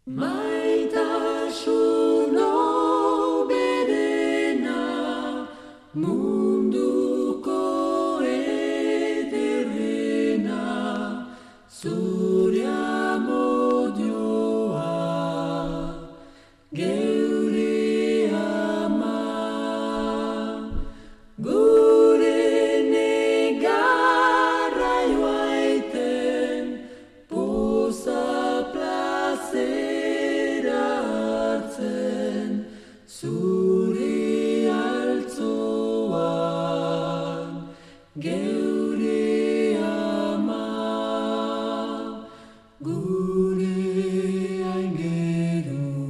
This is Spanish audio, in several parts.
Maitasun oberena munduko ederrena zure amodioa geure ama gure negarra joaiten poza plazera hartzen zure altzoan geure ama gure aingeru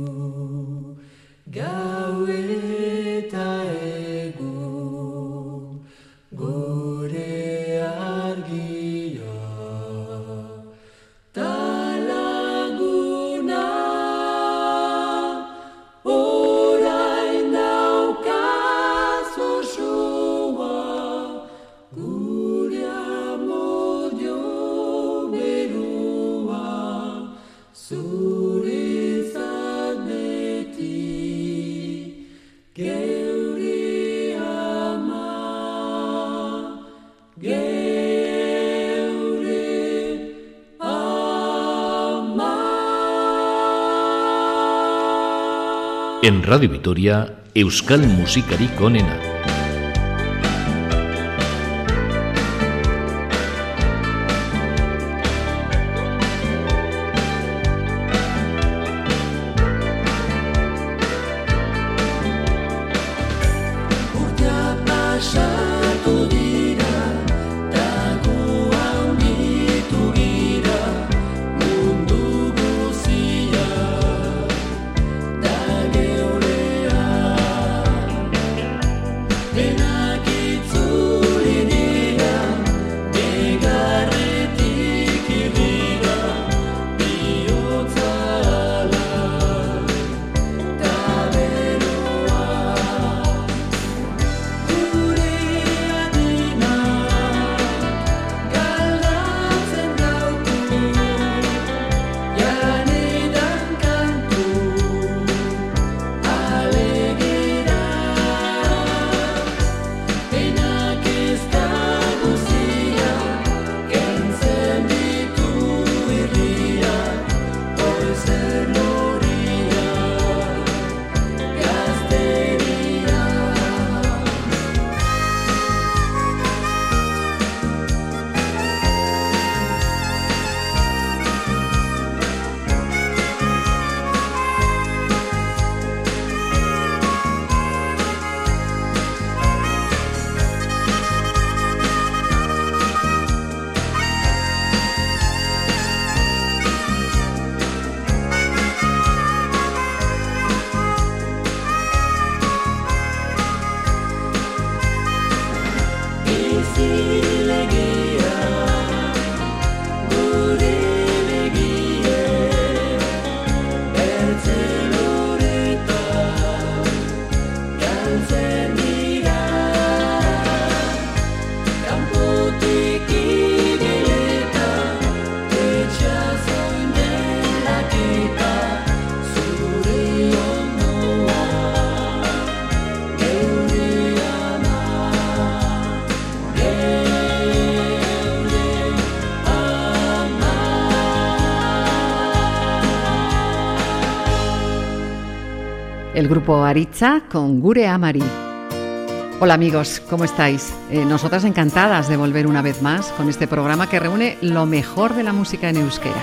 gau eta egun gure argia talaguna orain daukaz osoa gure amodio beroa zuretzat beti geure ama geure ama. En Radio Vitoria, Euskal Musikarik onena. Urtea pasatu dira, dago handitu gira, mundu guzia da geurea. Denak itzuli dira, negarretik irrira, bihotza ala da beroa. Gure adina galdatzen gautu, janedan kantu alegira. Denak ez da guzia, kentzen ditu irria, oizer loria, gazteria. Izilegia gure begie bertze loretan galtzen dira. Kanpotik ibeletan etxazoin delak eta zure ondoa geure ama El grupo Aritza con Gure Amari. Hola amigos, ¿cómo estáis? Nosotras encantadas de volver una vez más con este programa que reúne lo mejor de la música en euskera.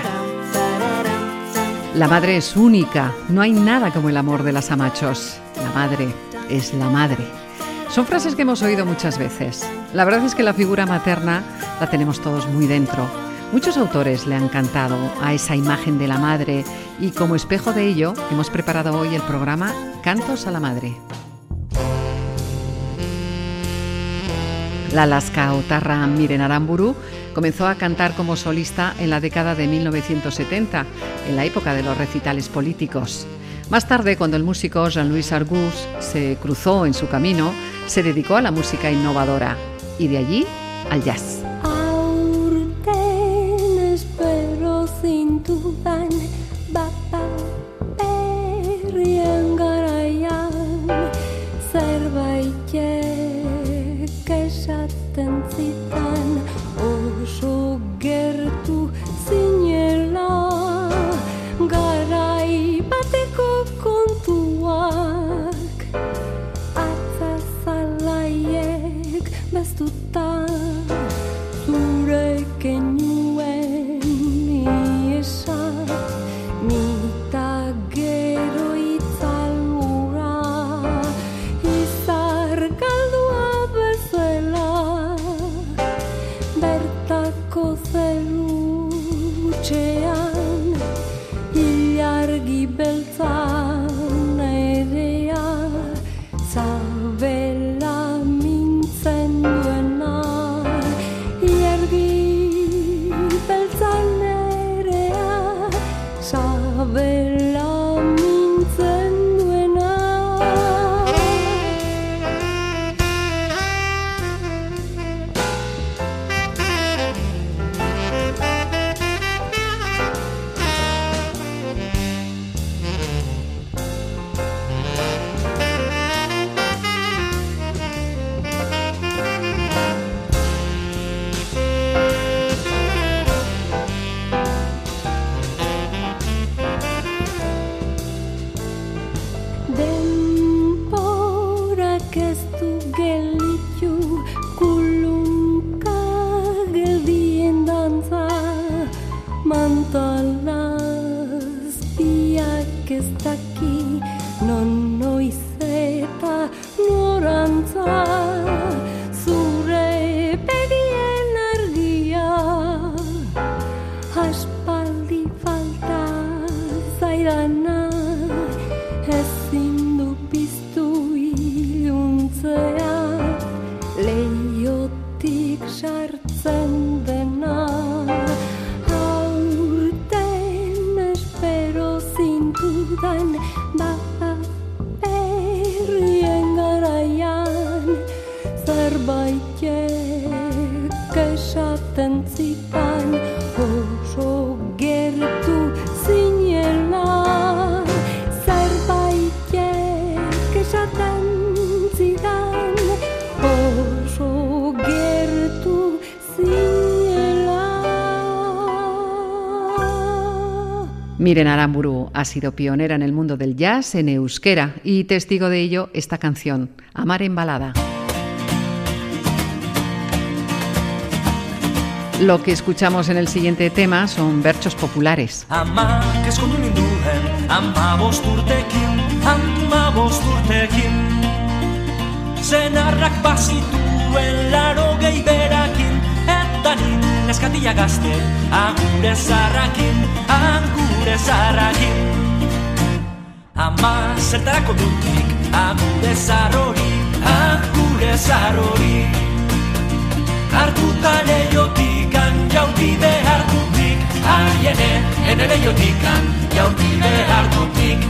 La madre es única, no hay nada como el amor de las amachos. La madre es la madre. Son frases que hemos oído muchas veces. La verdad es que la figura materna la tenemos todos muy dentro. Muchos autores le han cantado a esa imagen de la madre y como espejo de ello hemos preparado hoy el programa Cantos a la Madre. La lascaotarra Miren Aramburu comenzó a cantar como solista en la década de 1970, en la época de los recitales políticos. Más tarde, cuando el músico Jean-Louis Argus se cruzó en su camino, se dedicó a la música innovadora y de allí al jazz. beltzan erea, zabela mintzen duena. Iergi beltzan erea, zabela mintzen duena. Denporak ez du gelditu kulunka geldien dantza, mantalazpiak ez daki non noiz eta norantza, zure begien argia aspaldi falta zaidana, ezin du piztu iluntzea, leiotik sartzen dena. Aurten espero zintudan berrien garaian, zerbaitek esaten zitan oso gertu zinela. Zerbaitek esaten zidan oso gertu zinela. Miren Aramburu ha sido pionera en el mundo del jazz en euskera y testigo de ello esta canción, Amar en balada. Lo que escuchamos en el siguiente tema son bertsos populares. Amak eskondu ninduen, 15 urtekin, senarrak bazituen 80 berakin, eta nin neskatila gazte, angure zarrakin. Ama zertarako dutik, angure zarrori, hartuta leiotikan, jaurti behar dutik, aiene, ene leiotikan, jaurti behar dutik.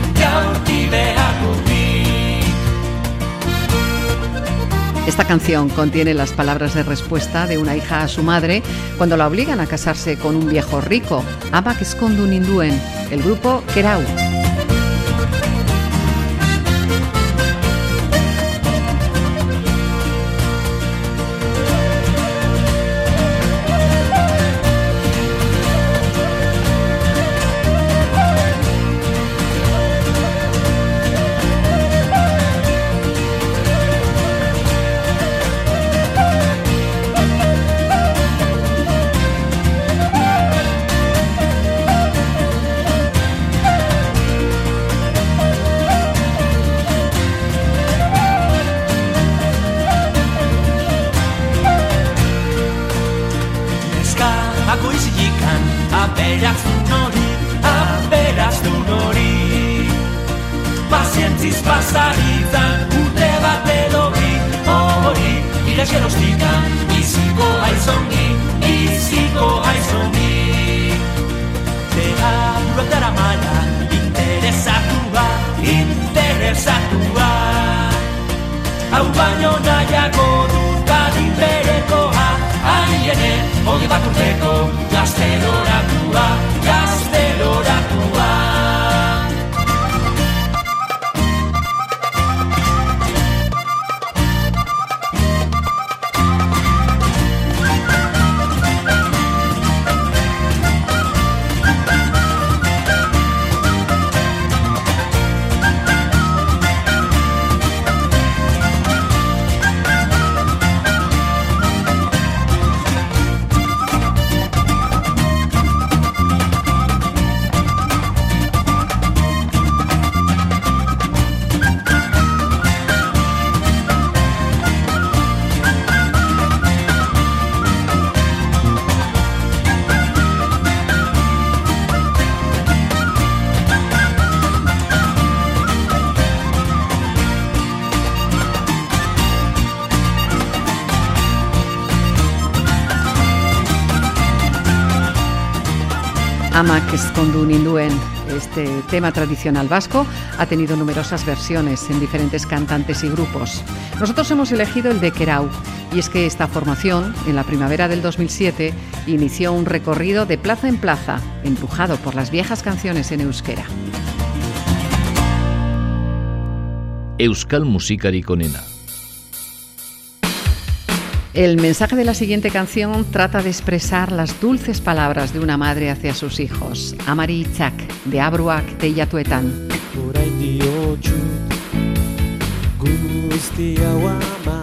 Esta canción contiene las palabras de respuesta de una hija a su madre cuando la obligan a casarse con un viejo rico. Amak eskondu ninduen, el grupo Kerau. Aberazdun hori, pazientziz pasaritzan, urte bat edo bi, hori, iraxen ostikan, iziko aizongi. Bera buruak dara mala, interesatua, hau baino nahiago dut adin berekoa, aiene, 20 urteko, gazteloratua. Amak ezkondu ninduen. Este tema tradicional vasco ha tenido numerosas versiones en diferentes cantantes y grupos. Nosotros hemos elegido el de Querau, y es que esta formación, en la primavera del 2007, inició un recorrido de plaza en plaza, embrujado por las viejas canciones en euskera. Euskal musikarik onena. El mensaje de la siguiente canción trata de expresar las dulces palabras de una madre hacia sus hijos. Amari hitzak, de Abruak teilatuetan. Orain diotxut guzti hau ama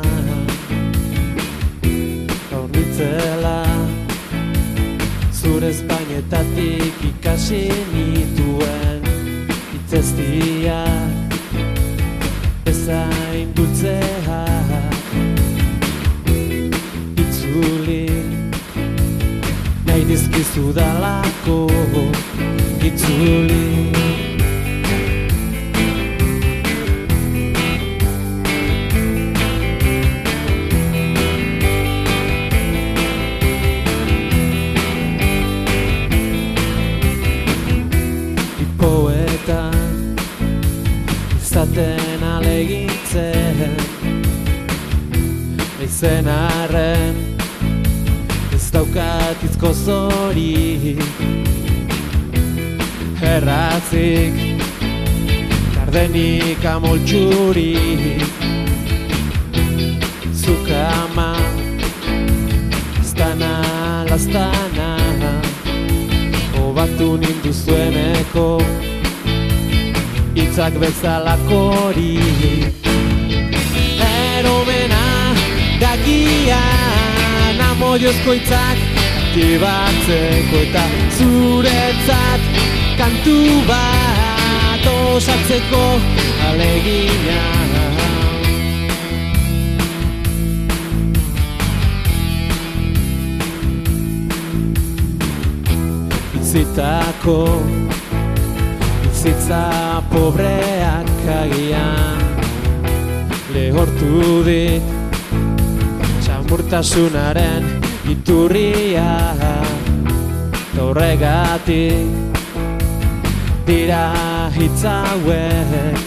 Hornitzela zure Espainetatik ikasi nituen Itzestiak ezain dultzeak Itzuli nahi dizkizu dalako Itzuli Poeta izaten alegintzen Eizen arren ez daukat izko zori Erratzik gardenik amoltxuri Zukama aztana lastana Obatu ninduzueneko hitzak bezalakori Eromena dagian amoiozko hitzak aktibatzeko eta zuretzat kantu bat osatzeko alegina Itzitako bizitza pobreak agian lehortu dit txamurtasunaren iturria Horregatik dira hitz hauek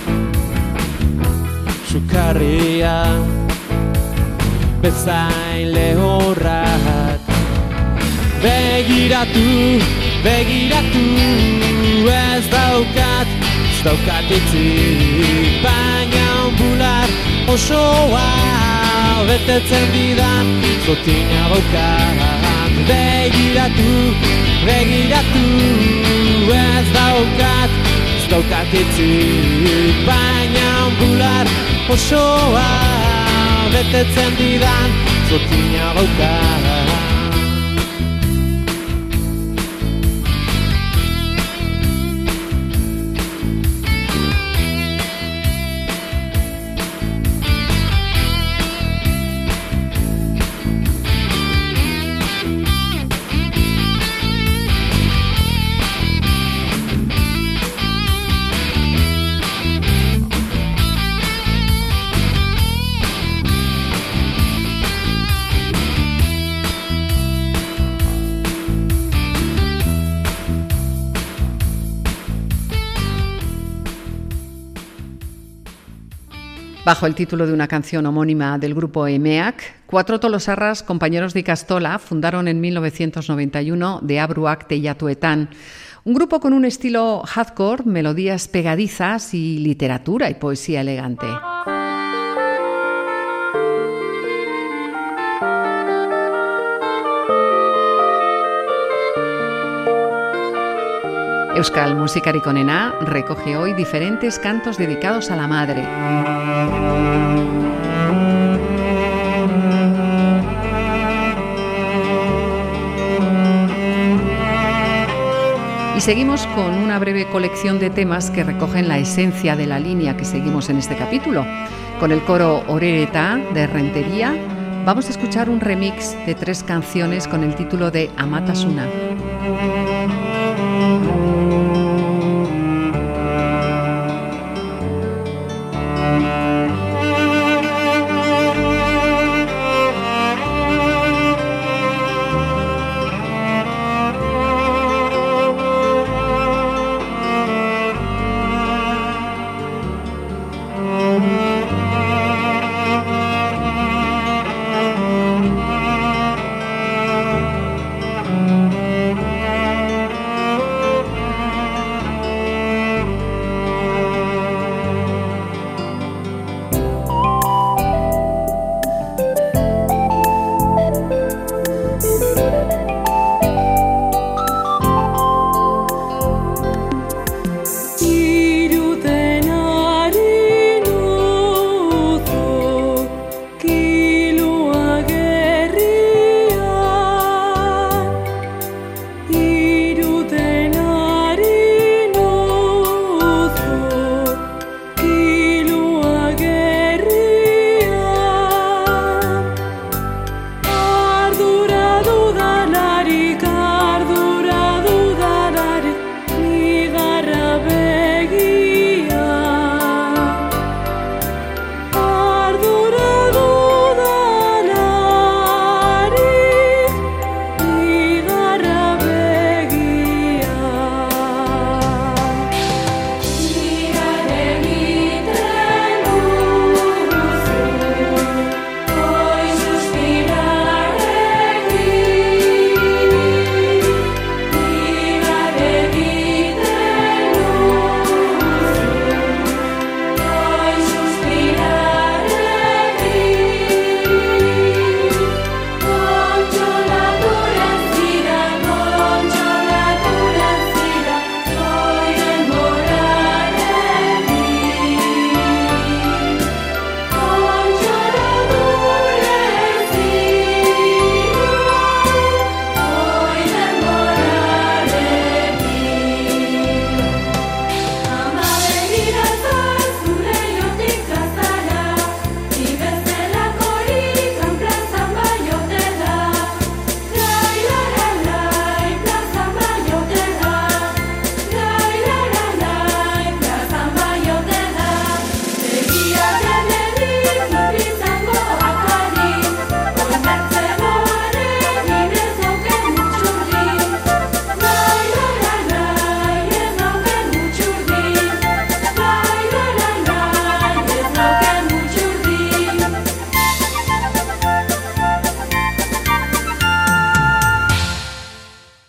sukarria bezain lehorrak Begiratu ez daukat itzik Baina onbular osoa betetzen didan zotina daukat Begiratu ez daukat itzik Baina onbular osoa betetzen didan zotina daukat Bajo el título de una canción homónima del grupo Emeak, 4 tolosarras, compañeros de Ikastola, fundaron en 1991 de Abruak teilatuetan, un grupo con un estilo hardcore, melodías pegadizas y literatura y poesía elegante. Euskal musikarik onena recoge hoy diferentes cantos dedicados a la madre. Y seguimos con una breve colección de temas que recogen la esencia de la línea que seguimos en este capítulo. Con el coro Orereta de Rentería vamos a escuchar un remix de 3 canciones con el título de Amatasuna.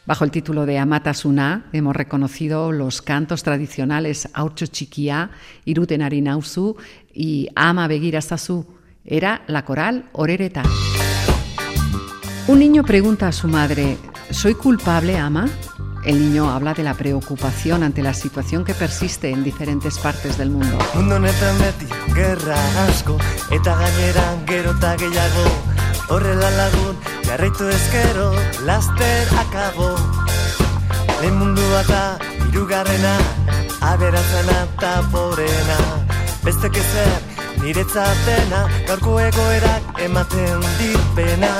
Bajo el título de Amatasuna hemos reconocido los cantos tradicionales Haurtxo Txikia, Iruten ari nauzu y Ama begira zazu. Era la coral Orereta. Un niño pregunta a su madre, ¿soy culpable, ama? El niño habla de la preocupación ante la situación que persiste en diferentes partes del mundo. Mundu honetan beti gerra asko, eta gainera gero eta gehiago. Horrela lagun, jarraitu ezkero, laster akabo. Lehen mundua eta hirugarrena, aberatzena eta porena. Bestek ezer, niretzatena, gaurko egoerak ematen dit pena.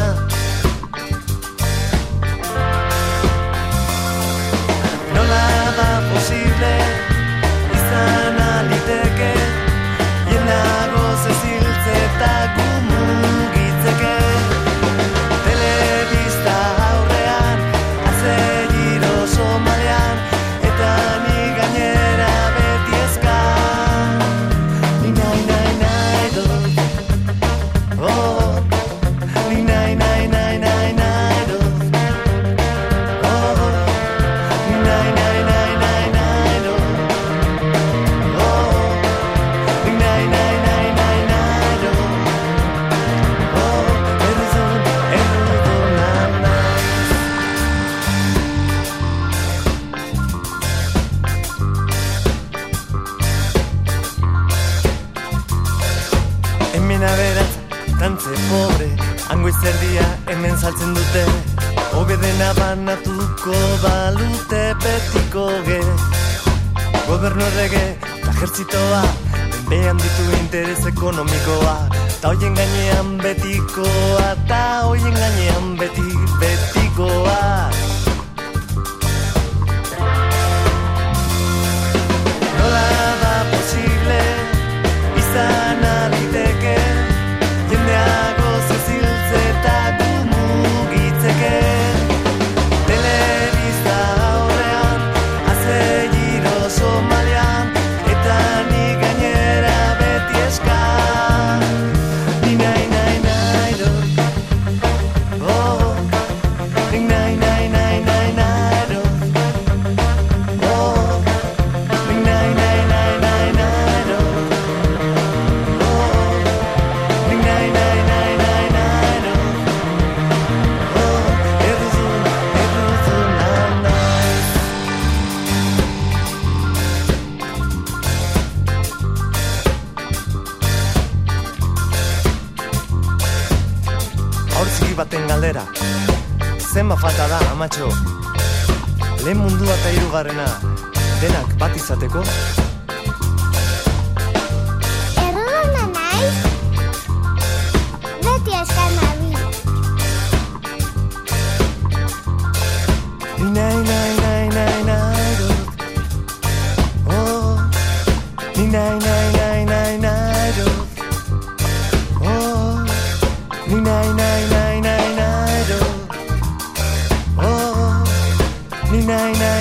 Nola da posible, izan aliteke, jendago zeziltze eta gumugitzeke. Telebista aurrean, azegiro somalean, eta ni gainera beti ezkan. Ni nahi dut, oh, ni nahi dut, oh, ni nahi dut, oh, ni nahi dut, oh, erruzun naiz. Hemen aberatz, tantze pobre, hango izerdia hemen saltzen dute. Hobedena banatuko balute betiko ge. Gobernu errege eta ejertzitoa, benbean ditu interes ekonomikoa. Ta hoien gainean betikoa, ta hoien gainean betikoa. Nola da posible, izan aliteke, jendeago zeziltze eta gumugitzeke. Telebista aurrean, azegiro somalean, eta ni gainera beti eskan. Ni nahi dut, oh, ni nahi dut, oh, ni nahi dut, oh, ni nahi dut, oh, erruzun naiz. Haur txiki baten galdera, zenba falta da, amatxo? Lehen mundua eta hirugarrena, denak bat izateko? Erruduna naiz, beti eskan nabil. Ni nahi dut, oh, ni nahi dut, oh, ni nahi dut, oh, ni nahi dut,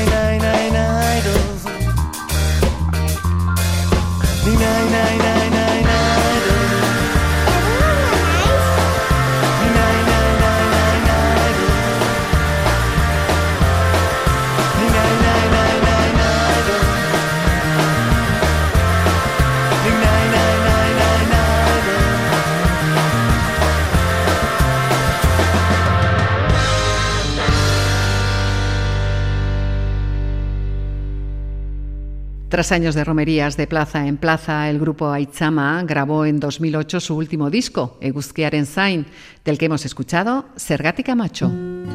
ni nahi Tras años de romerías de plaza en plaza, el grupo Aitzama grabó en 2008 su último disco, Eguzkiaren zain, del que hemos escuchado Zergatik Amatxo.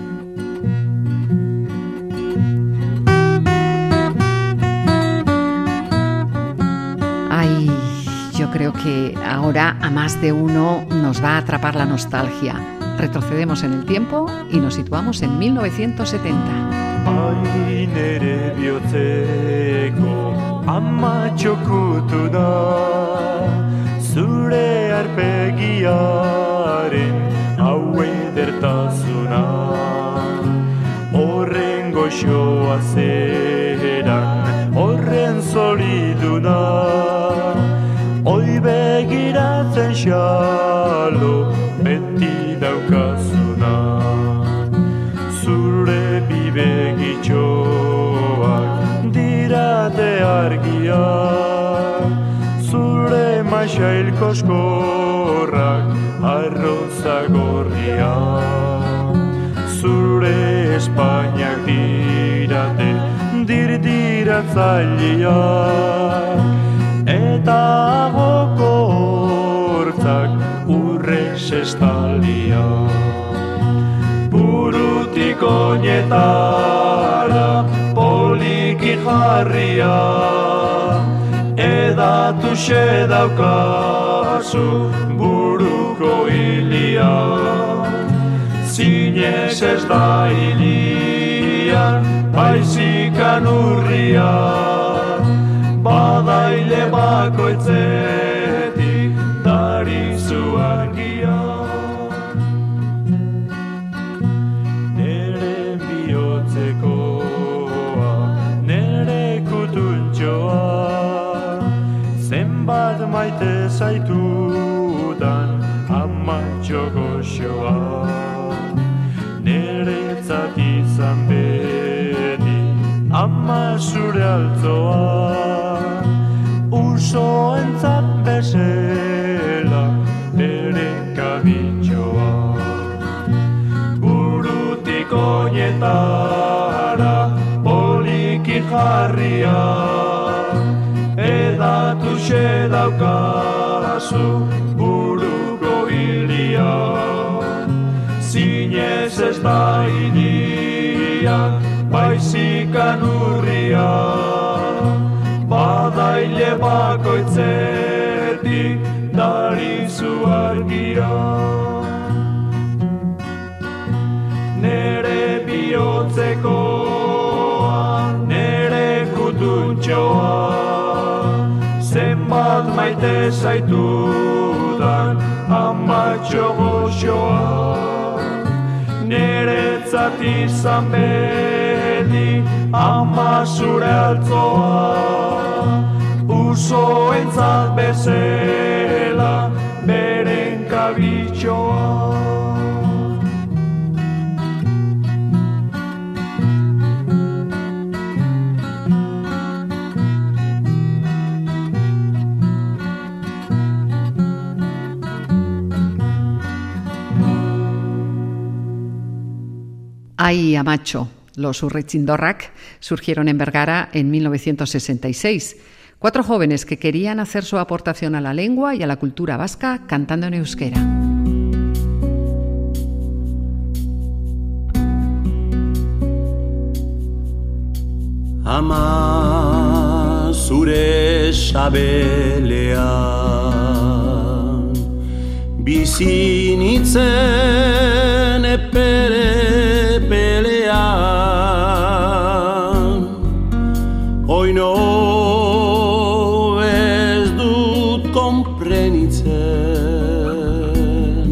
Ay, yo creo que ahora a más de uno nos va a atrapar la nostalgia. Retrocedemos en el tiempo y nos situamos en 1970. Ai nere bihotzeko amatxo kutu da, zure arpegiaren hau edertasuna. Horren goxoa zeran, horren soliduna, oi begiratzen xalo beti daukazuna. Zure bibe xail koskorrak arroza gorria. Zure Espainiak dirate dirdiratzailea, eta gokortzak urrez estalia. Burutik oinetara poliki jarria, edatu xedaukazu buruko hilia. Zinez ez da hilian, baizikan urria, badaile bakoitzetik darizu argia. Nere bihotzekoa, nere kutuntxoa, zenbat maite zaitudan amatxo goxoa. Neretzat izan beti ama zure altzoa, usoentzat bezela bere kabitxoa. Burutik oinetara poliki jarria, edatu xedaukazu buruko hilia. Zinez ez da hilia, baizikan urria, badaile bakoitzetik darizu argia. Nere bihotzekoa, nere kutuntxoa, zenbat maite zaitudan amatxo goxoa. Neretzat izan beti ama zure altzoa, usoentzat bezela beren kabitxoa. Ai Amacho, los Urretxindorrak surgieron en Vergara en 1966. 4 jóvenes que querían hacer su aportación a la lengua y a la cultura vasca cantando en euskera. Ama zure sabelean bizi nitzen epere pelean, oino ez dut konprenitzen,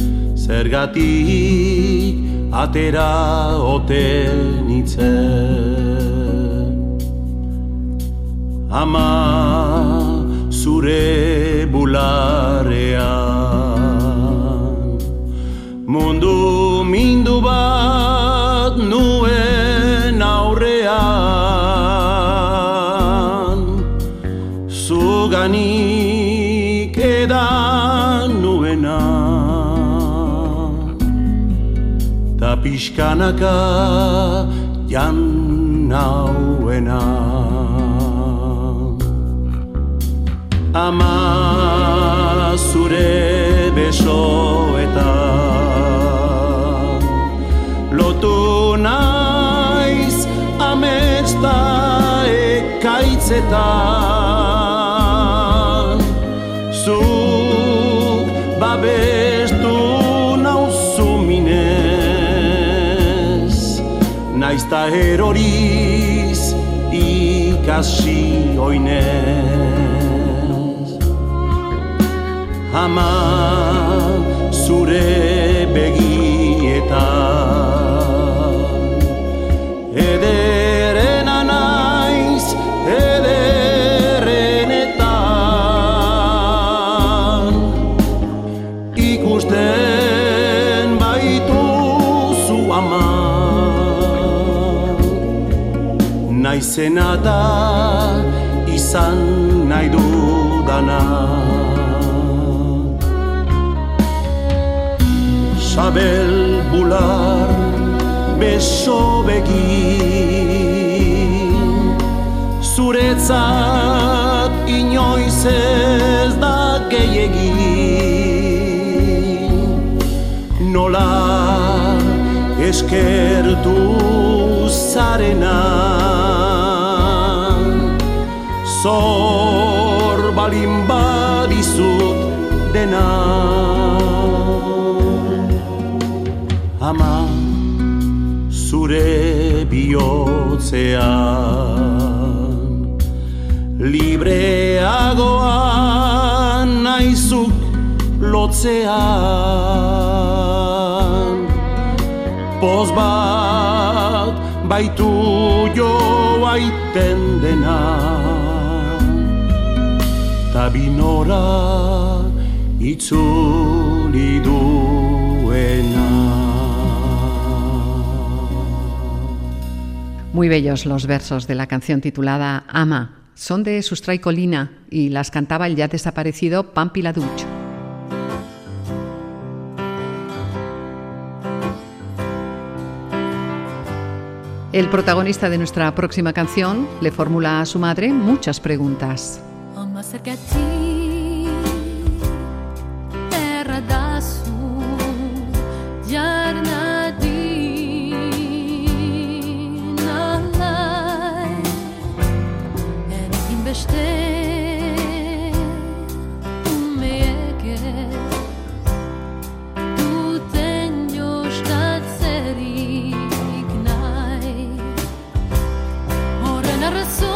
zergatik atera ote nitzen. Ama zure bularean mundu mindu bat nuen aurrean, zuganik edan nuena, ta pixkanaka jan nauena. Ama zure besoetan lotu naiz amets da ekaitzetan, zuk babestu nauzu minez, naizta eroriz ikasi oinez. Ama zure begietan ederena naiz, ederenetan ikusten baituzu ama, naizena da izan nahi dudana. sabel bular beso begin zuretzat inoiz ez da gehiegin nola eskertu zarena zor balin badizut dena ama zure bihotzean libreagoan naizuk lotzean poz bat baitu joaiten dena ta binora itzuli duena. Muy bellos los versos de la canción titulada Ama. Son de Sustray Colina y las cantaba el ya desaparecido Pampi Laduch. El protagonista de nuestra próxima canción le formula a su madre muchas preguntas. Ama, cercati, terra da su, giardina lai, en investe umeke, tu tenjo statseri gnai, orena razón.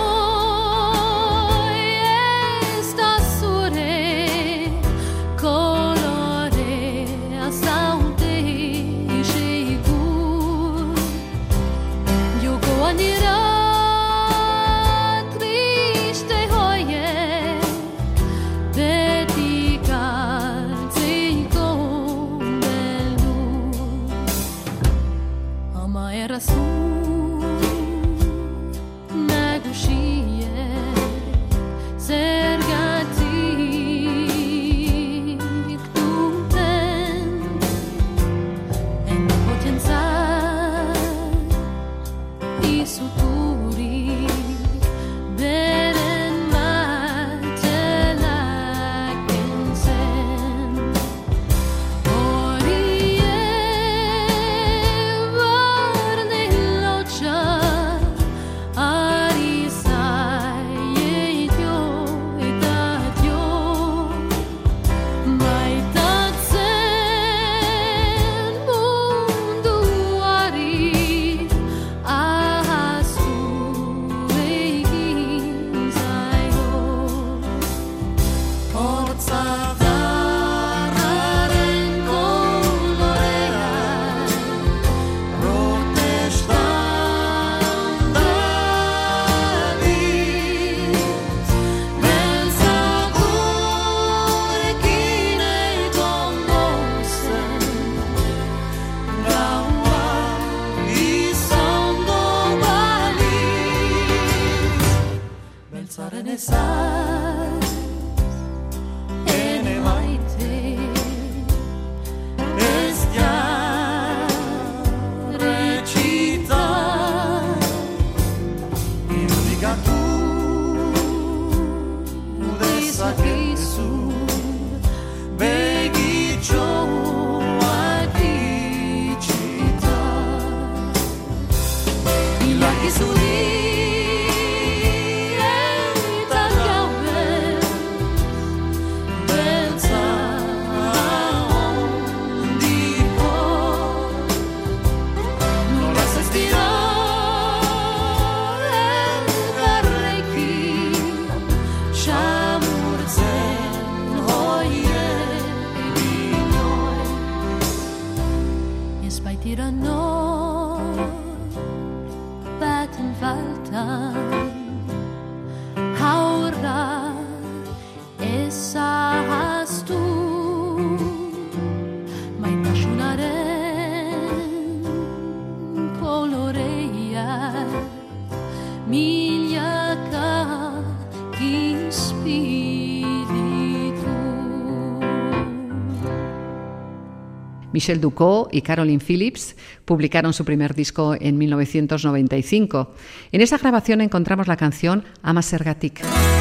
Michel Ducot y Caroline Phillips publicaron su primer disco en 1995. En esa grabación encontramos la canción Ama Zergatik.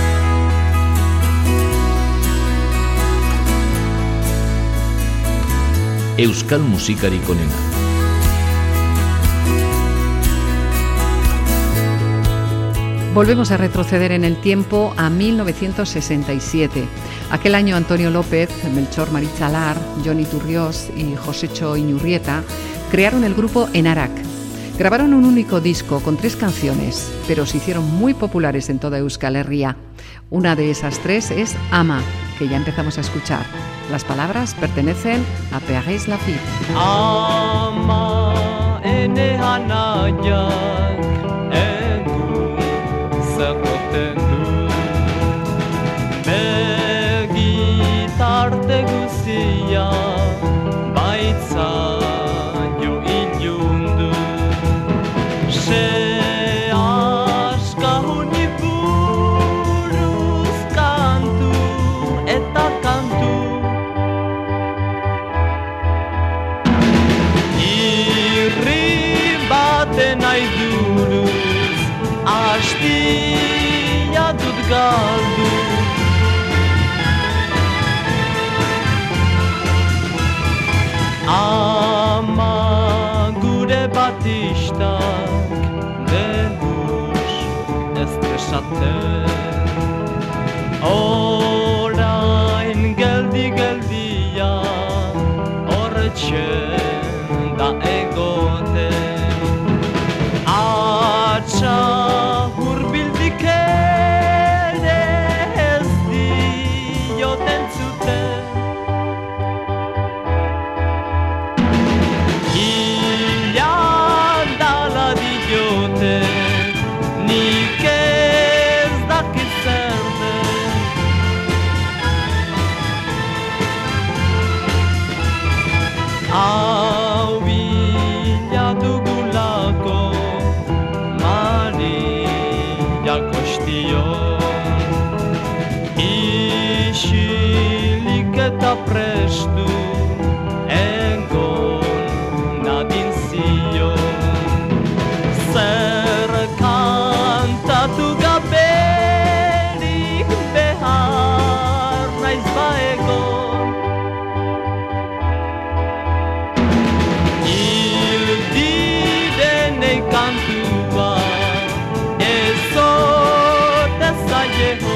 Euskal musikarik onena. Volvemos a retroceder en el tiempo a 1967. Aquel año Antonio López, Melchor Marichalar, Johnny Turriós y Josecho Iñurrieta crearon el grupo Enarak. Grabaron un único disco con 3 canciones, pero se hicieron muy populares en toda Euskal Herria. Una de esas 3 es Ama, que ya empezamos a escuchar. Las palabras pertenecen a Pérez Lafitte. Ama ene hanaiak egun zakoten du begitarte guzia baitza jo ilundu se aska honi buruz kantu eta kantu nahi duruz astia dut galdu Ama gure batistak deus ez desaten orain geldia horretxen da egoten Atxa hurbildik ere ez dioten zuten Ilan dala diote nik ez dakit zer den Hau bila dugulako Isilik eta prestu engon nadin zion Zer kantatu gaberik behar naiz baegon Hil direnei kantua ezote zaiehon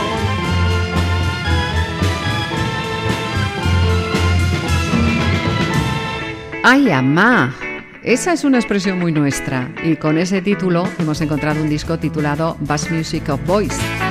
¡Ay, ama! Esa es una expresión muy nuestra y con ese título hemos encontrado un disco titulado Bass Music of Boys.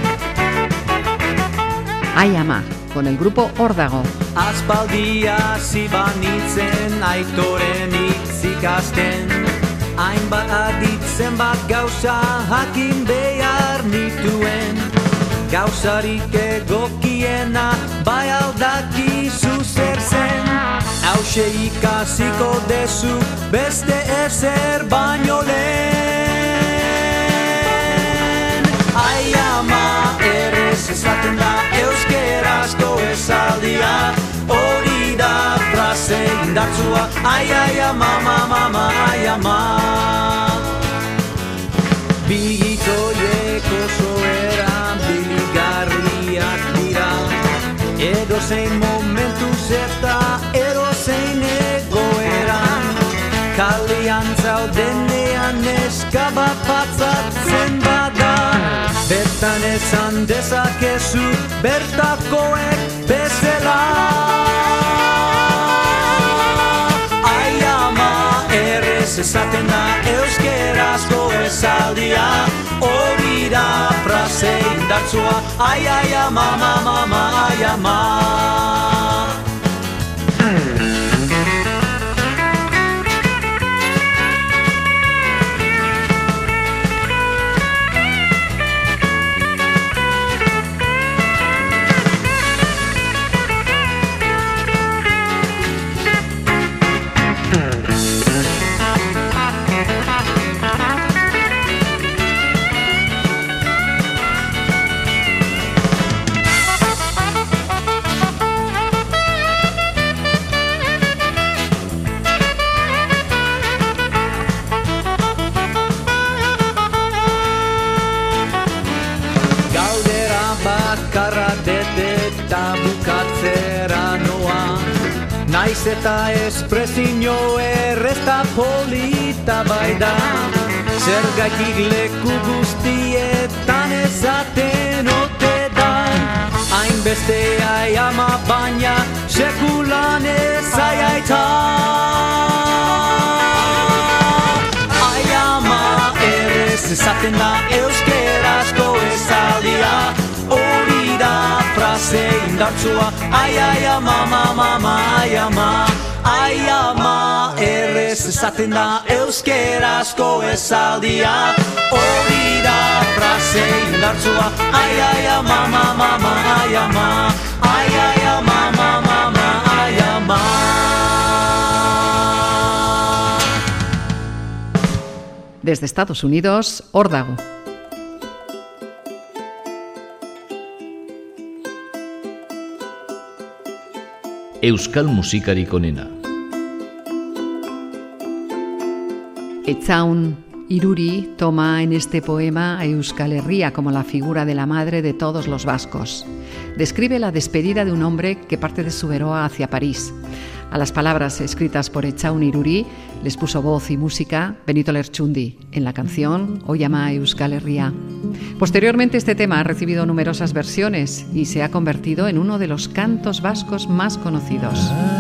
¡Ay, ama! Con el grupo Órdago. Aspaldia zibanitzen aitorenik zikasten Hainbat aditzen bat gauza jakin behar nituen Gauzarik egokiena bai aldakizu zer zen Hauxe ikasiko dezu beste ezer baino lehen Ai ama errez esaten da euskerazko esaldia Hori da frase indartsua Ai ai ama mama ai ama Bigitoiek oso erabilgarriak dira Edozein momentuz eta edozein egoeran Kalean zaudenean neska bat patzatzen bada Bertan esan dezakezu bertakoek bezala Ai ama errez esaten da euskerazko esaldia Hori da frase indartsua Ai ai ama mama ai ama Naiz eta esprezio errezta polita baida, zergatik leku guztietan ezaten ote da. Hainbeste ai ama baina sekulan ez aiaita. Ai ama errez ezaten da euskerazko esaldia, hori da frase indartsua. Ai ama mama ai ama. Ai ama errez ezaten da euskerazko esaldia, hori da frase indartsua. Ai ama mama ai ama. Ai ama mama ai ama. Desde Estados Unidos, hor dago. Euskal musikarik onena. Etxaun Iruri toma en este poema a Euskal Herria como la figura de la madre de todos los vascos. Describe la despedida de un hombre que parte de Zuberoa hacia París. A las palabras escritas por Etxaun Iruri les puso voz y música Benito Lertxundi en la canción Oiama Euskal Herria. Posteriormente este tema ha recibido numerosas versiones y se ha convertido en uno de los cantos vascos más conocidos.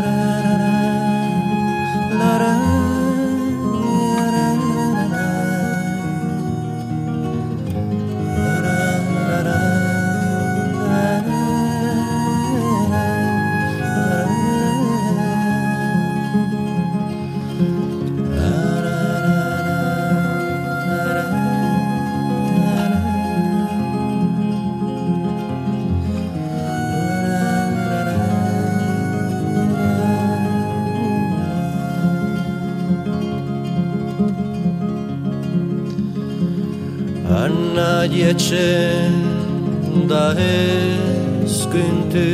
Etxen da ezkuntu,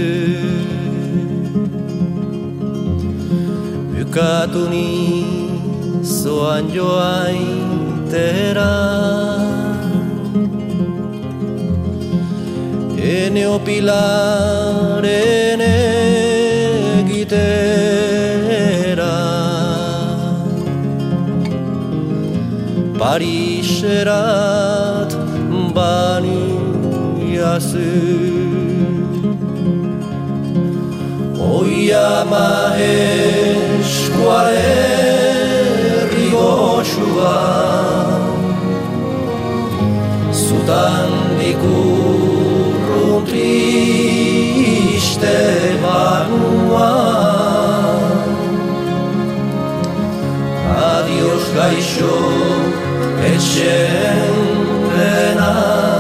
bukatu nizoan joaintera, ene opilaren egitera, Pariserat baniazu. Oiama eskualerri goxua, zutan dikurrun triste banua. Adios gaixo etxen dena,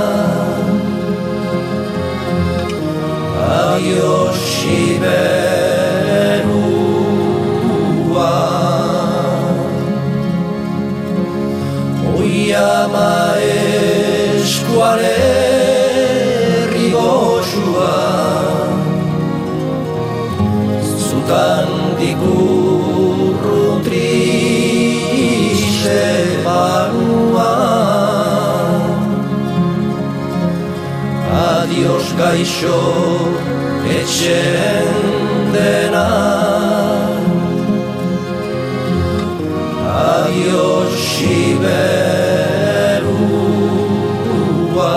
adios Siberua. Oiama eskualerri goxua, zutan dikurrun triste banua. Adios gaixo etxen dena, adios Siberua.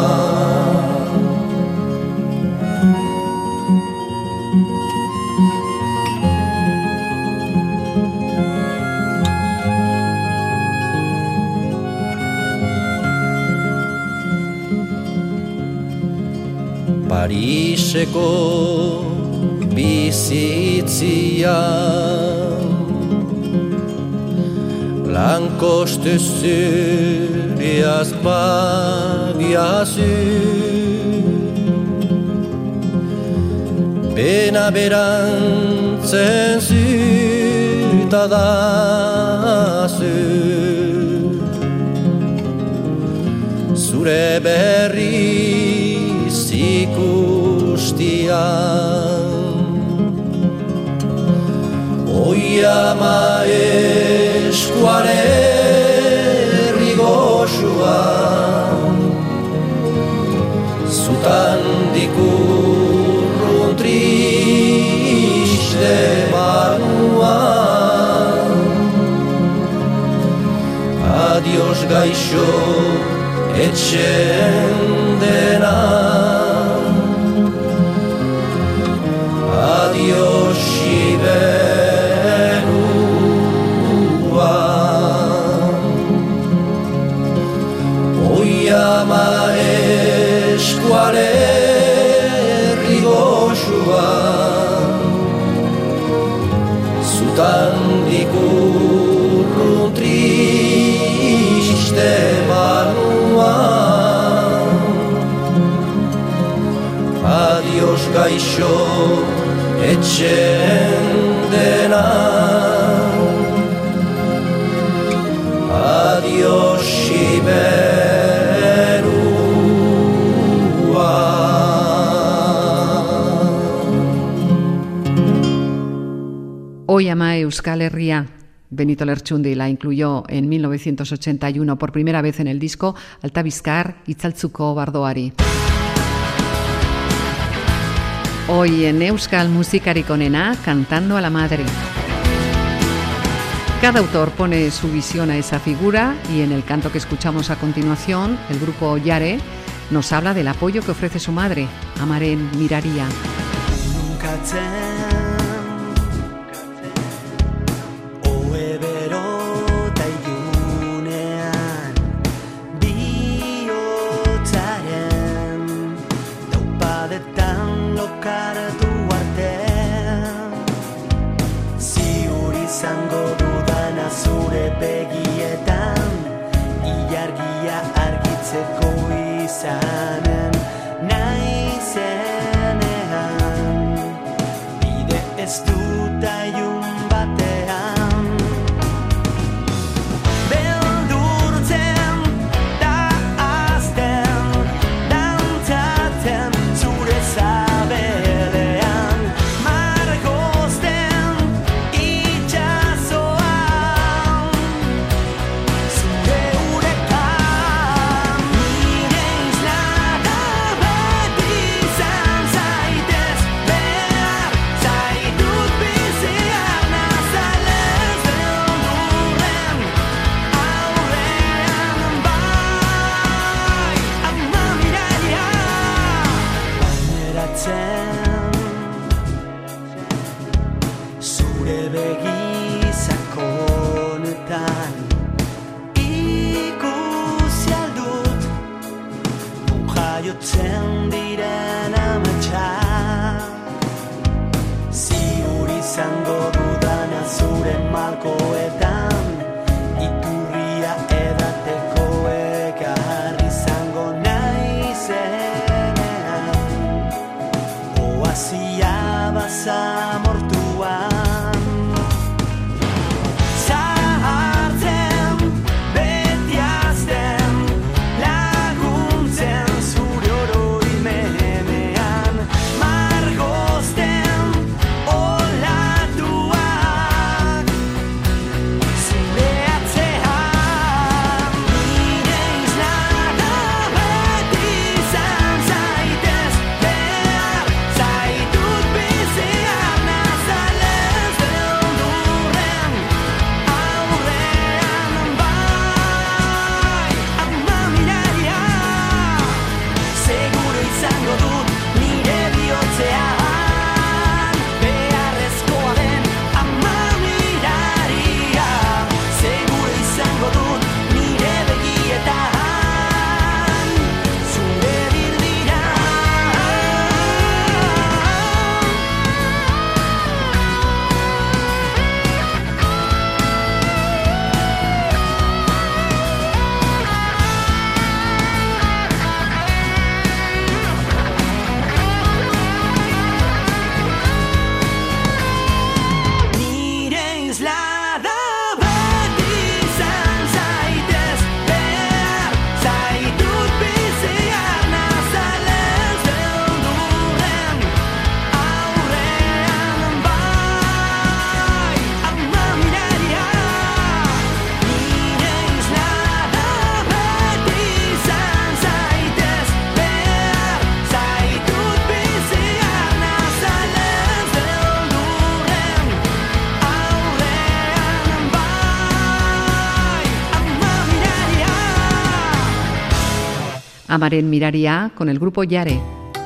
Pariseko bizitzia, lankoste zuriaz bagiazu, bena berantzen zutadazu, zure berri ikustian. Oiama eskualerri goxua, zutan dikurrun triste banua. gaixo etxen dena. Adios Iberua, oi ama eskualerri goxua, zutandik urrun triste barrua. Adios gaixo etxen dena. Adios Iberua. Hoy ama Euskal Herria. Benito Lertxundi la incluyó en 1981 por primera vez en el disco Alta Bizkar Itzaltzuko Bardoari. Hoy en Euskal Musikarik onena, cantando a la madre. Cada autor pone su visión a esa figura y en el canto que escuchamos a continuación, el grupo Yare nos habla del apoyo que ofrece su madre, Amaren Miraria. Zure begietan ilargia argitzeko izanen naizenean, bide ez dut aiun batean. Beldurtzen da azten, dantzaten zure zabelean, margozten itxasoa. Zure begizakonetan ikusi aldut non jaiotzen diren ametsa. Ziur izango dudana zure malkoetan iturria edateko ekarri izango naizenean, oasia basamortuan. Zaitut bizian Amaren Miraria con el grupo Yare.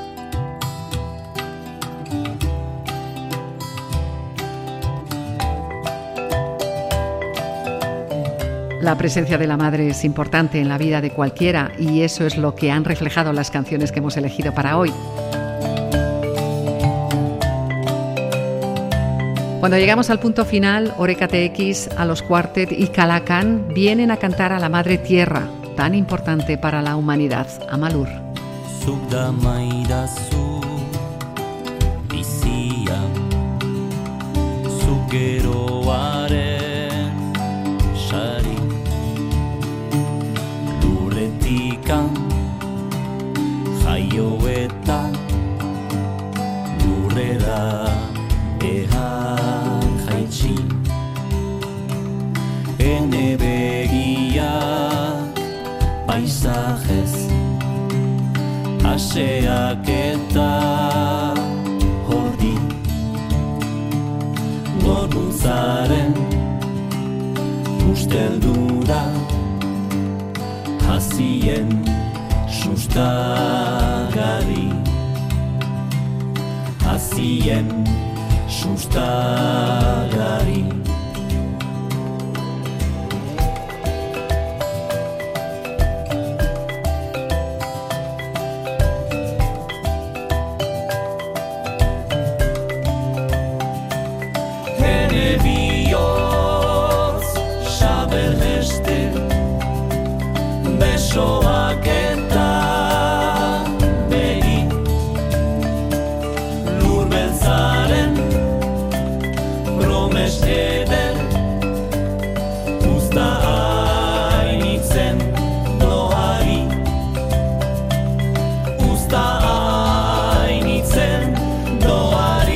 La presencia de la madre es importante en la vida de cualquiera y eso es lo que han reflejado las canciones que hemos elegido para hoy. Cuando llegamos al punto final, Oreka TX, A Los Quartet y Calacan vienen a cantar a la Madre Tierra, tan importante para la humanidad, a Malur. Jaio eta lurrera ehar jaitsi ene begiak paisajez aseak eta hordi gorputzaren usteldura hazien sustagari hazien sustagari Ene bihotz sabeleste besoak eta begi lur beltzaren promes eder usta hainitzen doari usta hainitzen doari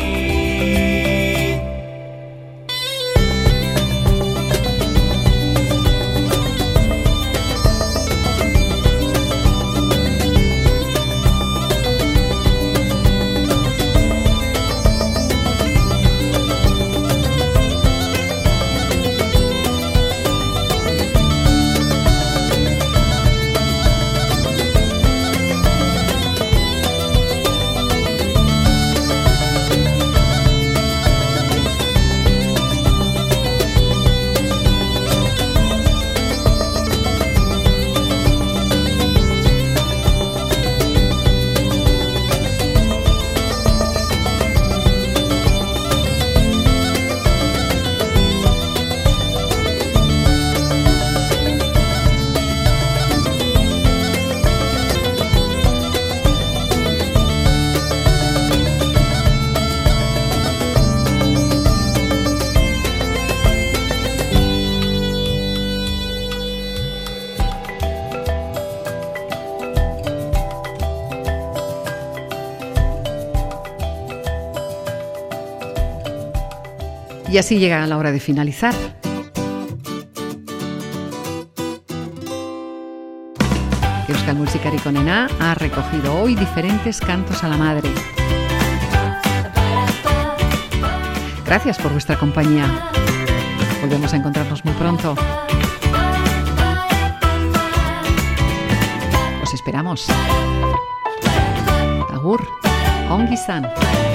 Y así llega la hora de finalizar. Euskal Musikari Onena ha recogido hoy diferentes cantos a la madre. Gracias por vuestra compañía. Volvemos a encontrarnos muy pronto. Os esperamos. Agur, ongi izan.